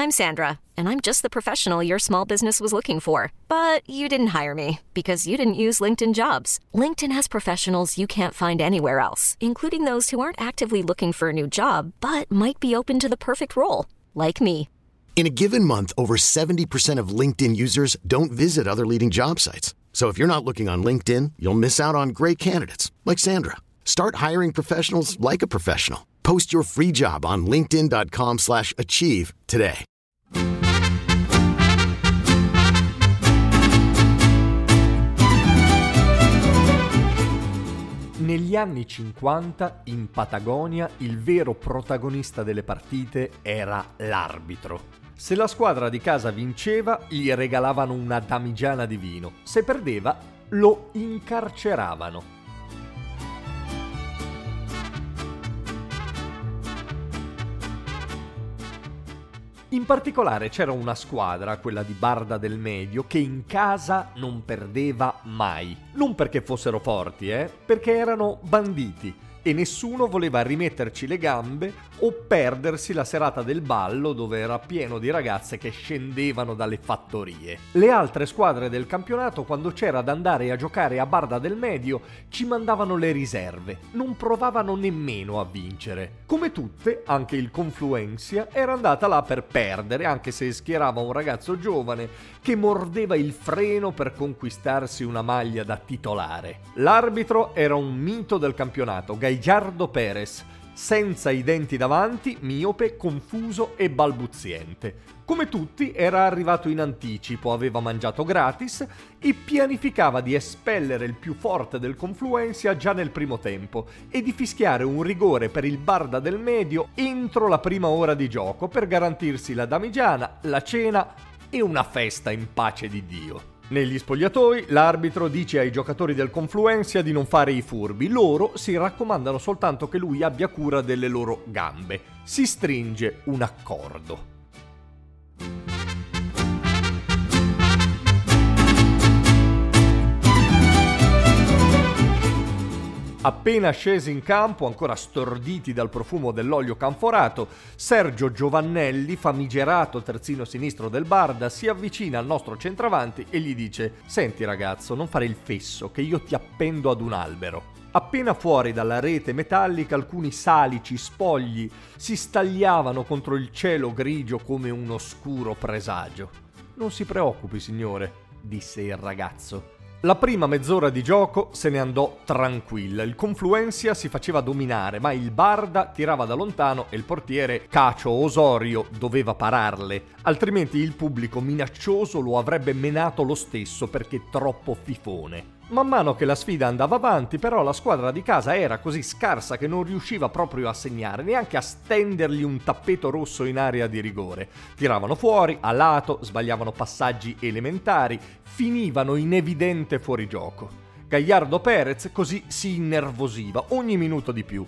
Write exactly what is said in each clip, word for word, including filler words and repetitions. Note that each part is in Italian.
I'm Sandra, and I'm just the professional your small business was looking for. But you didn't hire me because you didn't use LinkedIn Jobs. LinkedIn has professionals you can't find anywhere else, including those who aren't actively looking for a new job, but might be open to the perfect role, like me. In a given month, over seventy percent of LinkedIn users don't visit other leading job sites. So if you're not looking on LinkedIn, you'll miss out on great candidates like Sandra. Start hiring professionals like a professional. Post your free job on linkedin.com slash achieve today. Negli anni cinquanta, in Patagonia, il vero protagonista delle partite era l'arbitro. Se la squadra di casa vinceva, gli regalavano una damigiana di vino. Se perdeva, lo incarceravano. In particolare c'era una squadra, quella di Barda del Medio, che in casa non perdeva mai. Non perché fossero forti, eh, perché erano banditi e nessuno voleva rimetterci le gambe o perdersi la serata del ballo dove era pieno di ragazze che scendevano dalle fattorie. Le altre squadre del campionato, quando c'era da andare a giocare a Barda del Medio, ci mandavano le riserve, non provavano nemmeno a vincere. Come tutte, anche il Confluencia era andata là per perdere, anche se schierava un ragazzo giovane che mordeva il freno per conquistarsi una maglia da titolare. L'arbitro era un mito del campionato, Gallardo Pérez, senza i denti davanti, miope, confuso e balbuziente. Come tutti era arrivato in anticipo, aveva mangiato gratis e pianificava di espellere il più forte del Confluencia già nel primo tempo e di fischiare un rigore per il Barda del Medio entro la prima ora di gioco per garantirsi la damigiana, la cena e una festa in pace di Dio. Negli spogliatoi l'arbitro dice ai giocatori del Confluencia di non fare i furbi, loro si raccomandano soltanto che lui abbia cura delle loro gambe. Si stringe un accordo. Appena scesi in campo, ancora storditi dal profumo dell'olio canforato, Sergio Giovannelli, famigerato terzino sinistro del Barda, si avvicina al nostro centravanti e gli dice: «Senti ragazzo, non fare il fesso, che io ti appendo ad un albero». Appena fuori dalla rete metallica, alcuni salici spogli si stagliavano contro il cielo grigio come un oscuro presagio. «Non si preoccupi, signore», disse il ragazzo. La prima mezz'ora di gioco se ne andò tranquilla, il Confluencia si faceva dominare, ma il Barda tirava da lontano e il portiere Cacio Osorio doveva pararle, altrimenti il pubblico minaccioso lo avrebbe menato lo stesso perché troppo fifone. Man mano che la sfida andava avanti, però, la squadra di casa era così scarsa che non riusciva proprio a segnare, neanche a stendergli un tappeto rosso in area di rigore. Tiravano fuori, a lato, sbagliavano passaggi elementari, finivano in evidente fuorigioco. Gallardo Pérez così si innervosiva ogni minuto di più.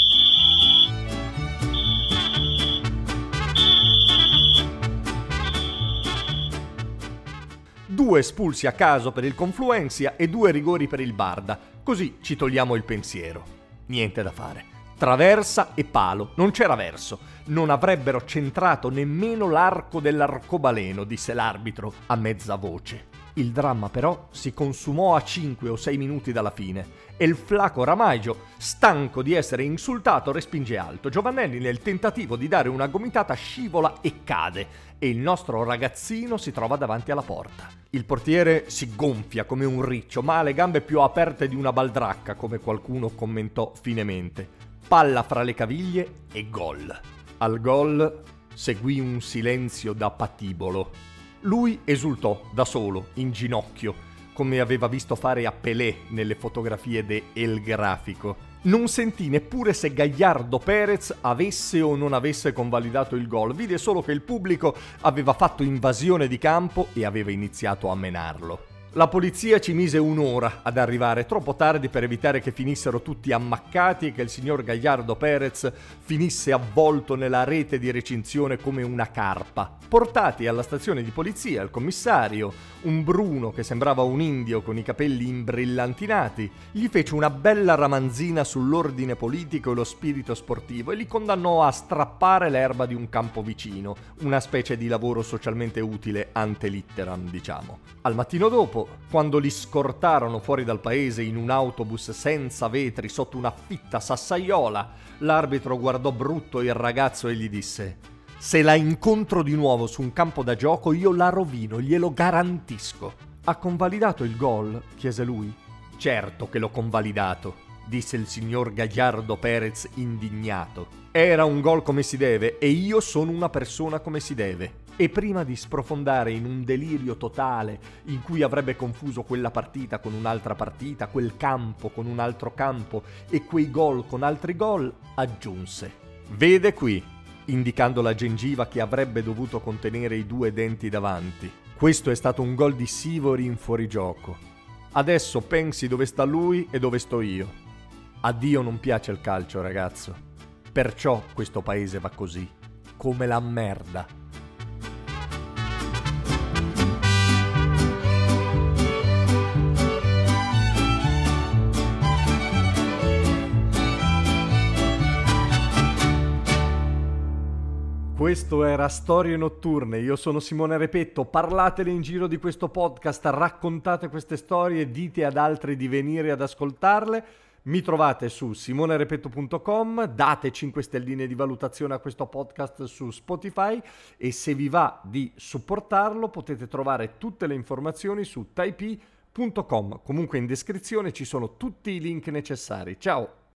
Due espulsi a caso per il Confluencia e due rigori per il Barda, così ci togliamo il pensiero. Niente da fare. Traversa e palo, non c'era verso. Non avrebbero centrato nemmeno l'arco dell'arcobaleno, disse l'arbitro a mezza voce. Il dramma però si consumò a cinque o sei minuti dalla fine e il flaco Ramaggio, stanco di essere insultato, respinge alto. Giovannelli, nel tentativo di dare una gomitata, scivola e cade e il nostro ragazzino si trova davanti alla porta. Il portiere si gonfia come un riccio, ma ha le gambe più aperte di una baldracca, come qualcuno commentò finemente. Palla fra le caviglie e gol. Al gol seguì un silenzio da patibolo. Lui esultò da solo, in ginocchio, come aveva visto fare a Pelé nelle fotografie de El Grafico. Non sentì neppure se Gallardo Pérez avesse o non avesse convalidato il gol, vide solo che il pubblico aveva fatto invasione di campo e aveva iniziato a menarlo. La polizia ci mise un'ora ad arrivare, troppo tardi per evitare che finissero tutti ammaccati e che il signor Gagliardo Perez finisse avvolto nella rete di recinzione come una carpa. Portati alla stazione di polizia, il commissario, un bruno che sembrava un indio con i capelli imbrillantinati, gli fece una bella ramanzina sull'ordine politico e lo spirito sportivo e li condannò a strappare l'erba di un campo vicino, una specie di lavoro socialmente utile ante litteram, diciamo. Al mattino dopo, quando li scortarono fuori dal paese in un autobus senza vetri sotto una fitta sassaiola, l'arbitro guardò brutto il ragazzo e gli disse: «Se la incontro di nuovo su un campo da gioco io la rovino, glielo garantisco». «Ha convalidato il gol?» chiese lui. «Certo che l'ho convalidato», disse il signor Gagliardo Perez indignato. «Era un gol come si deve e io sono una persona come si deve». E prima di sprofondare in un delirio totale in cui avrebbe confuso quella partita con un'altra partita, quel campo con un altro campo e quei gol con altri gol, aggiunse: «Vede qui», indicando la gengiva che avrebbe dovuto contenere i due denti davanti. «Questo è stato un gol di Sivori in fuorigioco. Adesso pensi dove sta lui e dove sto io. A Dio non piace il calcio, ragazzo. Perciò questo paese va così, come la merda». Questo era Storie Notturne, io sono Simone Repetto, parlatele in giro di questo podcast, raccontate queste storie, dite ad altri di venire ad ascoltarle. Mi trovate su simonerepetto punto com, date cinque stelline di valutazione a questo podcast su Spotify e se vi va di supportarlo potete trovare tutte le informazioni su taipei punto com. Comunque in descrizione ci sono tutti i link necessari. Ciao!